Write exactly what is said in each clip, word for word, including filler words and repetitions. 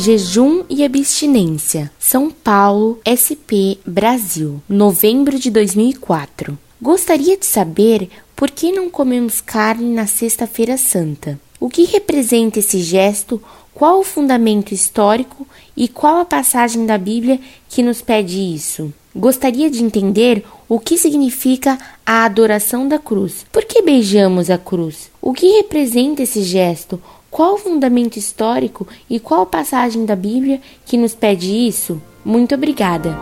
Jejum e abstinência. São Paulo, S P, Brasil, novembro de dois mil e quatro. Gostaria de saber por que não comemos carne na Sexta-feira Santa. O que representa esse gesto? Qual o fundamento histórico e qual a passagem da Bíblia que nos pede isso? Gostaria de entender o que significa a adoração da cruz. Por que beijamos a cruz? O que representa esse gesto? Qual o fundamento histórico e qual a passagem da Bíblia que nos pede isso? Muito obrigada.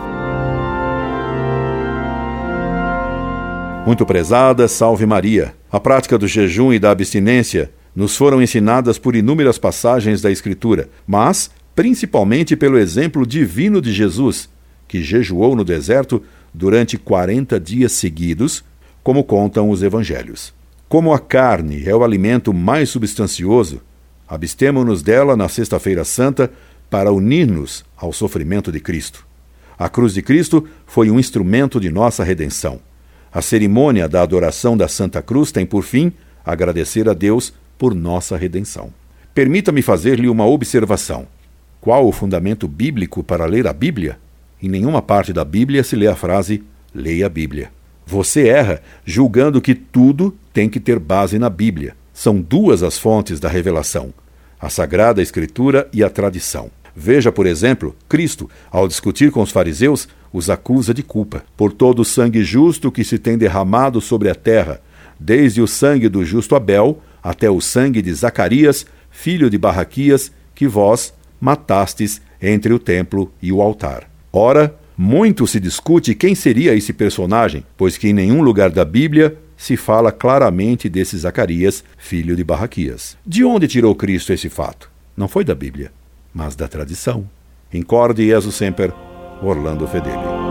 Muito prezada, salve Maria. A prática do jejum e da abstinência nos foram ensinadas por inúmeras passagens da Escritura, mas principalmente pelo exemplo divino de Jesus, que jejuou no deserto durante quarenta dias seguidos, como contam os evangelhos. Como a carne é o alimento mais substancioso, abstemo-nos dela na Sexta-feira Santa para unir-nos ao sofrimento de Cristo. A cruz de Cristo foi um instrumento de nossa redenção. A cerimônia da adoração da Santa Cruz tem por fim agradecer a Deus por nossa redenção. Permita-me fazer-lhe uma observação. Qual o fundamento bíblico para ler a Bíblia? Em nenhuma parte da Bíblia se lê a frase leia a Bíblia. Você erra julgando que tudo tem que ter base na Bíblia. São duas as fontes da revelação, a Sagrada Escritura e a tradição. Veja, por exemplo, Cristo, ao discutir com os fariseus, os acusa de culpa. Por todo o sangue justo que se tem derramado sobre a terra, desde o sangue do justo Abel até o sangue de Zacarias, filho de Barraquias, que vós matastes entre o templo e o altar. Ora, muito se discute quem seria esse personagem, pois que em nenhum lugar da Bíblia se fala claramente desse Zacarias, filho de Barraquias. De onde tirou Cristo esse fato? Não foi da Bíblia, mas da tradição. Incorde Jesus Semper, Orlando Fedeli.